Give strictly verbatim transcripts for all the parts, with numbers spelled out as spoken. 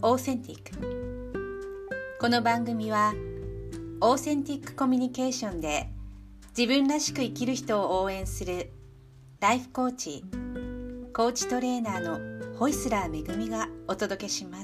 オーセンティック。この番組はオーセンティックコミュニケーションで自分らしく生きる人を応援するライフコーチ、コーチトレーナーのホイスラーめぐみがお届けします。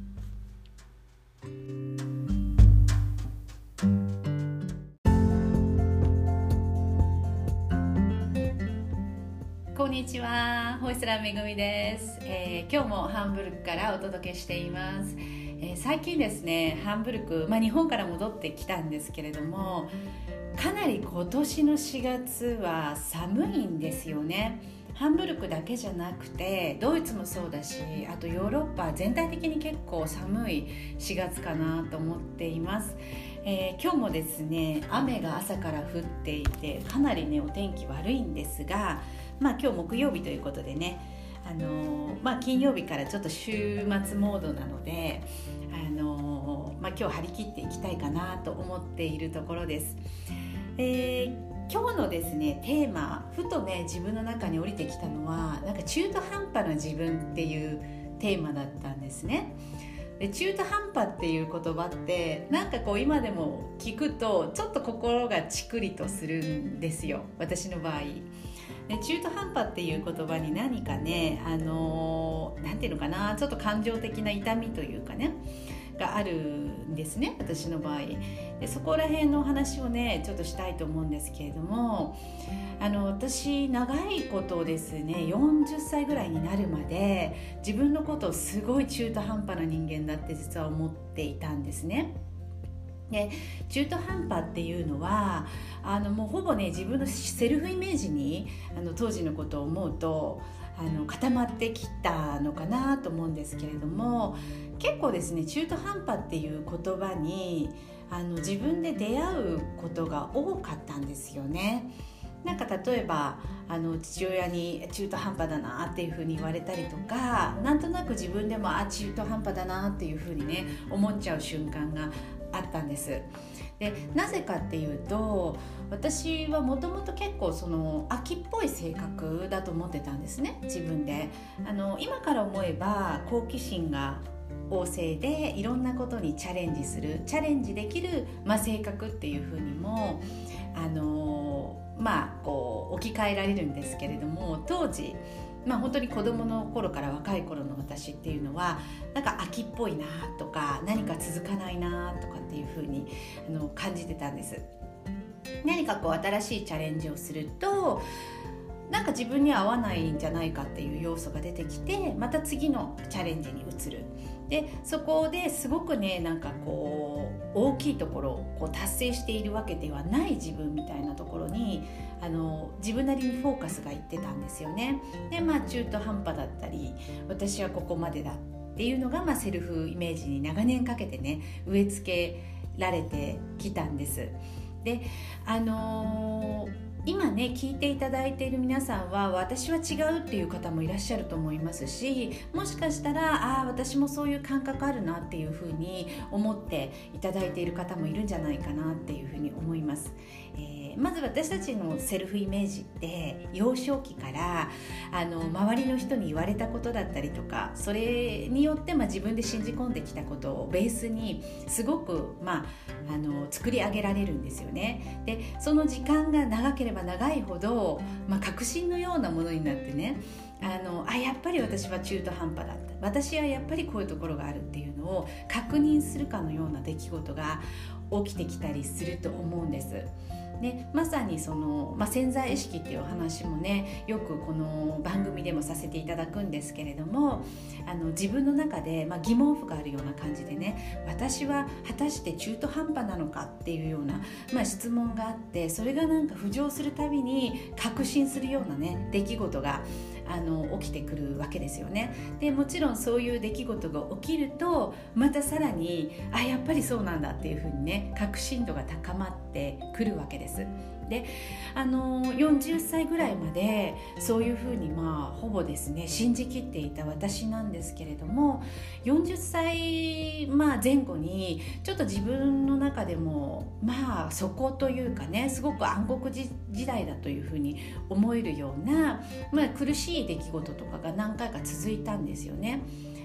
こんにちは、ホイスラーめぐみです、えー、今日もハンブルクからお届けしています、えー、最近ですね、ハンブルク、まあ、日本から戻ってきたんですけれども、かなり今年のしがつは寒いんですよね。ハンブルクだけじゃなくてドイツもそうだし、あとヨーロッパ全体的に結構寒いしがつかなと思っています、えー、今日もですね、雨が朝から降っていてかなりねお天気悪いんですが、まあ今日木曜日ということでね、あのーまあ、金曜日からちょっと週末モードなので、あのーまあ、今日張り切っていきたいかなと思っているところです。えー今日のですねテーマ、ふとね自分の中に降りてきたのは、なんか中途半端な自分っていうテーマだったんですね。で、中途半端っていう言葉ってなんかこう今でも聞くとちょっと心がチクリとするんですよ、私の場合。で、中途半端っていう言葉に何かね、あのー、なんていうのかな、ちょっと感情的な痛みというかねがあるんですね、私の場合で。そこら辺のお話をねちょっとしたいと思うんですけれども、あの私長いことですね、よんじゅっさいぐらいになるまで自分のことをすごい中途半端な人間だって実は思っていたんですね。で、中途半端っていうのはあのもうほぼね自分のセルフイメージにあの当時のことを思うとあの固まってきたのかなと思うんですけれども、結構ですね中途半端っていう言葉にあの自分で出会うことが多かったんですよね。なんか例えばあの父親に中途半端だなっていうふうに言われたりとか、なんとなく自分でもあ中途半端だなっていうふうにね思っちゃう瞬間があったんです。で、なぜかっていうと、私はもともと結構その秋っぽい性格だと思ってたんですね、自分で。あの今から思えば好奇心が旺盛でいろんなことにチャレンジするチャレンジできる、まあ、性格っていうふうにもあのまあこう置き換えられるんですけれども、当時まあ本当に子供の頃から若い頃の私っていうのはなんか秋っぽいなとか何か続かないなとかっていうふうにあの感じてたんです。何かこう新しいチャレンジをするとなんか自分には合わないんじゃないかっていう要素が出てきて、また次のチャレンジに移る。で、そこですごくねなんかこう大きいところをこう達成しているわけではない自分みたいなところにあの自分なりにフォーカスがいってたんですよね。で、まあ中途半端だったり、私はここまでだっていうのが、まあ、セルフイメージに長年かけてね植え付けられてきたんです。で、あのー今ね聞いていただいている皆さんは私は違うっていう方もいらっしゃると思いますし、もしかしたらあ私もそういう感覚あるなっていうふうに思っていただいている方もいるんじゃないかなっていうふうに思います、えー、まず私たちのセルフイメージって幼少期からあの周りの人に言われたことだったりとか、それによって、まあ、自分で信じ込んできたことをベースにすごく、まあ、あの作り上げられるんですよね。で、その時間が長ければ長いほど、まあ、確信のようなものになってね、あのあやっぱり私は中途半端だった、私はやっぱりこういうところがあるっていうのを確認するかのような出来事が起きてきたりすると思うんです。で、まさにその、まあ、潜在意識っていうお話もねよくこの番組でもさせていただくんですけれども、あの自分の中で、まあ、疑問符があるような感じでね、私は果たして中途半端なのかっていうような、まあ、質問があって、それがなんか浮上するたびに確信するようなね出来事があの起きてくるわけですよね。で、もちろんそういう出来事が起きるとまたさらにあやっぱりそうなんだっていうふうにね確信度が高まってくるわけです。で、あのよんじゅっさいぐらいまでそういうふうにまあほぼですね信じきっていた私なんですけれども、よんじゅっさい、まあ、前後にちょっと自分の中でもまあそこというかね、すごく暗黒時代だというふうに思えるような、まあ、苦しい出来事とかが何回か続いたんですよね。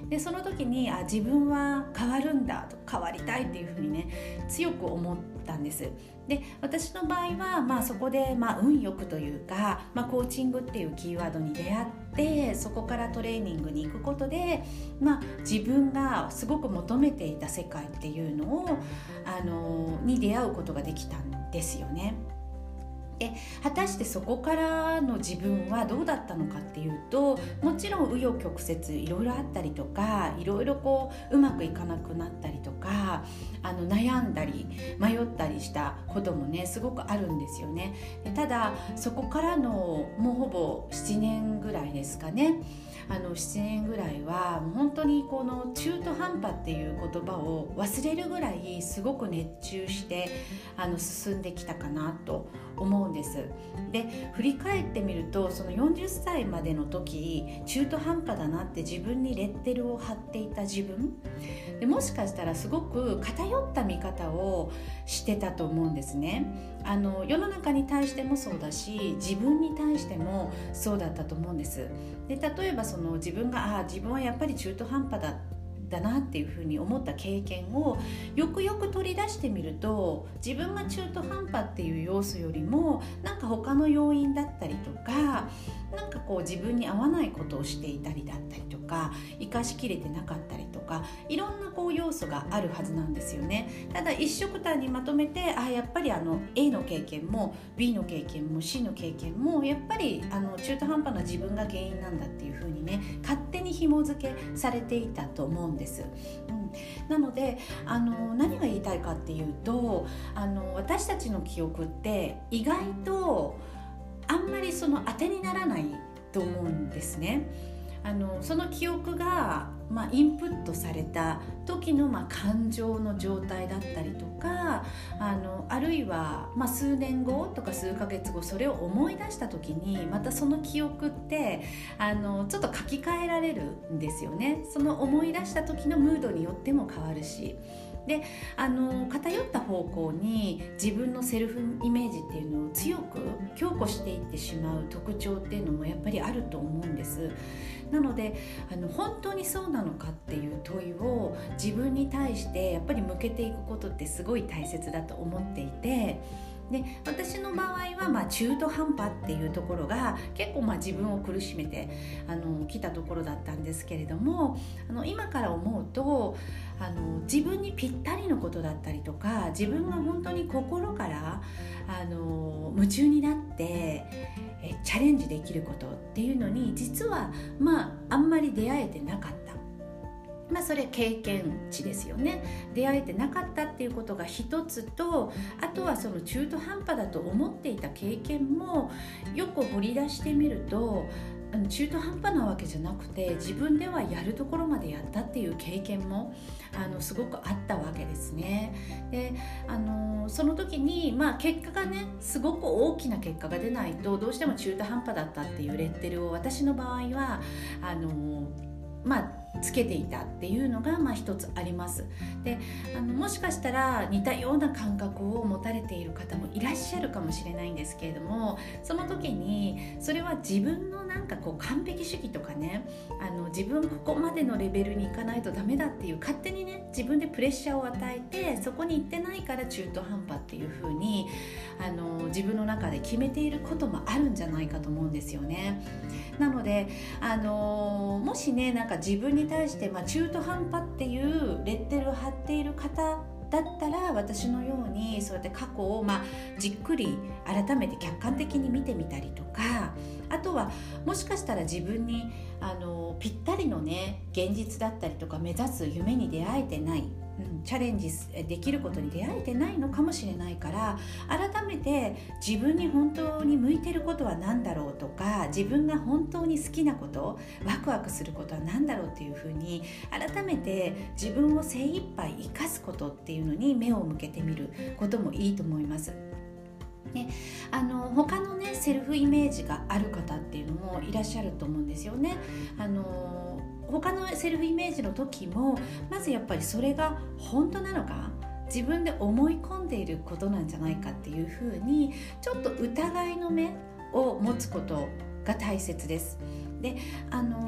でその時にあ自分は変わるんだと変わりたいっていうふうにね強く思ったんです。で私の場合は、まあ、そこで、まあ、運よくというか、まあ、コーチングっていうキーワードに出会ってそこからトレーニングに行くことで、まあ、自分がすごく求めていた世界っていうのをあのに出会うことができたんですよね。で果たしてそこからの自分はどうだったのかっていうと、もちろん紆余曲折いろいろあったりとか、いろいろこううまくいかなくなったりとか、あの悩んだり迷ったりしたこともねすごくあるんですよね。でただそこからのもうほぼななねんぐらいですかね、あのななねんぐらいはもう本当にこの中途半端っていう言葉を忘れるぐらいすごく熱中してあの進んできたかなと思うんです。で振り返ってみると、そのよんじゅっさいまでの時中途半端だなって自分にレッテルを貼っていた自分で、もしかしたらすごく偏った見方をしてたと思うんですね。あの世の中に対してもそうだし、自分に対してもそうだったと思うんです。で例えばその自分があ自分はやっぱり中途半端だだなっていうふうに思った経験をよくよく取り出してみると、自分が中途半端っていう要素よりもなんか他の要因だったりとか、なんかこう自分に合わないことをしていたりだったりとか、生かしきれてなかったりとか、いろんなこう要素があるはずなんですよね。ただ一緒くたにまとめて、あやっぱりあの A の経験も B の経験も C の経験もやっぱりあの中途半端な自分が原因なんだっていうふうにね勝手に紐付けされていたと思うんです。うん、なのであの何が言いたいかっていうと、あの私たちの記憶って意外とあんまりその当てにならないと思うんですね。あのその記憶が、まあ、インプットされた時の、まあ、感情の状態だったりとか、あのあるいは、まあ、数年後とか数ヶ月後それを思い出した時にまたその記憶ってあのちょっと書き換えられるんですよね。その思い出した時のムードによっても変わるし、であの偏った方向に自分のセルフイメージっていうのを強く強固していってしまう特徴っていうのもやっぱりあると思うんです。なのであの本当にそうなのかっていう問いを自分に対してやっぱり向けていくことってすごい大切だと思っていて、で私の場合はまあ中途半端っていうところが結構まあ自分を苦しめてあの来たところだったんですけれども、あの今から思うとあの自分にぴったりのことだったりとか、自分が本当に心からあの夢中になってえチャレンジできることっていうのに実はまああんまり出会えてなかった。まあそれ経験値ですよね。出会えてなかったっていうことが一つと、あとはその中途半端だと思っていた経験もよく掘り出してみると、あの中途半端なわけじゃなくて自分ではやるところまでやったっていう経験もあのすごくあったわけですね。であのその時に、まあ、結果がねすごく大きな結果が出ないとどうしても中途半端だったっていうレッテルを私の場合はあのまあつけていたっていうのがまあ一つあります。であのもしかしたら似たような感覚を持たれている方もいらっしゃるかもしれないんですけれども、その時にそれは自分のなんかこう完璧主義とかね、あの自分ここまでのレベルに行かないとダメだっていう勝手にね自分でプレッシャーを与えて、そこに行ってないから中途半端っていう風にあの自分の中で決めていることもあるんじゃないかと思うんですよね。なのであのもしねなんか自分に対して、まあ、中途半端っていうレッテルを貼っている方だったら、私のようにそうやって過去を、まあ、じっくり改めて客観的に見てみたりとか、あとはもしかしたら自分にあのぴったりのね現実だったりとか目指す夢に出会えてない、うん、チャレンジできることに出会えてないのかもしれないから、改めて自分に本当に向いてることは何だろうとか、自分が本当に好きなこと、ワクワクすることは何だろうっていうふうに改めて自分を精一杯生かすことっていうのに目を向けてみることもいいと思います。ね、あの他のねセルフイメージがある方っていうのもいらっしゃると思うんですよね。あの他のセルフイメージの時もまずやっぱりそれが本当なのか、自分で思い込んでいることなんじゃないかっていうふうにちょっと疑いの目を持つことが大切です。であの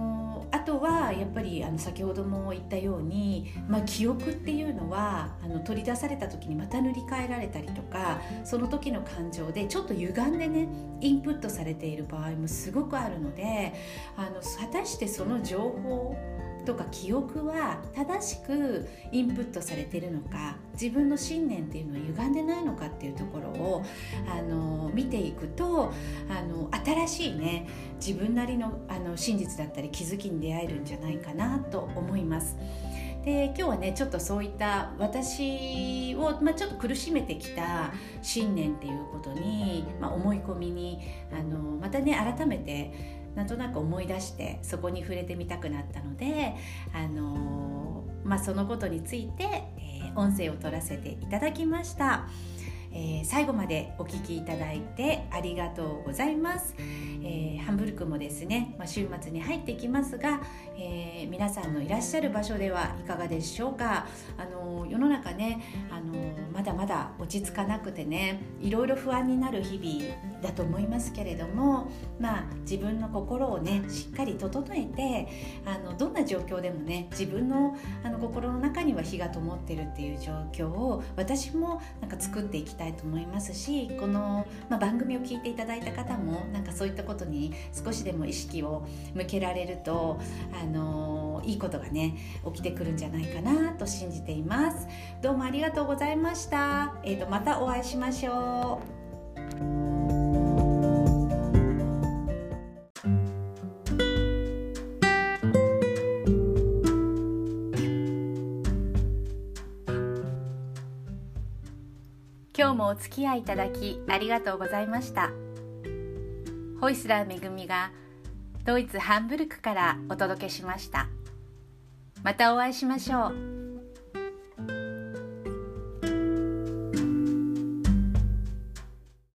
あとはやっぱりあの先ほども言ったように、まあ、記憶っていうのはあの取り出された時にまた塗り替えられたりとか、その時の感情でちょっと歪んでねインプットされている場合もすごくあるので、あの果たしてその情報とか記憶は正しくインプットされているのか、自分の信念っていうのは歪んでないのかっていうところをあの見ていくと、あの新しいね自分なりの、あの真実だったり気づきに出会えるんじゃないかなと思います。で今日はねちょっとそういった私を、まあ、ちょっと苦しめてきた信念っていうことに、まあ、思い込みにあのまたね改めてなんとなく思い出してそこに触れてみたくなったので、あのまあ、そのことについて、えー、音声を取らせていただきました。えー、最後までお聞きいただいてありがとうございます。えー、ハンブルクもですね、まあ、週末に入っていきますが、えー、皆さんのいらっしゃる場所ではいかがでしょうか。あの世の中ね、あのまだまだ落ち着かなくてね、いろいろ不安になる日々だと思いますけれども、まあ、自分の心をねしっかり整えて、あのどんな状況でもね自分の、あの心の中には火が灯ってるっていう状況を私もなんか作っていきたいと思いますし、この、まあ、番組を聞いていただいた方もなんかそういったことに少しでも意識を向けられると、あのいいことがね起きてくるんじゃないかなと信じています。どうもありがとうございました。えーと、またお会いしましょう。今日もお付き合いいただきありがとうございました。ホイスラーめぐみがドイツハンブルクからお届けしました。またお会いしましょう。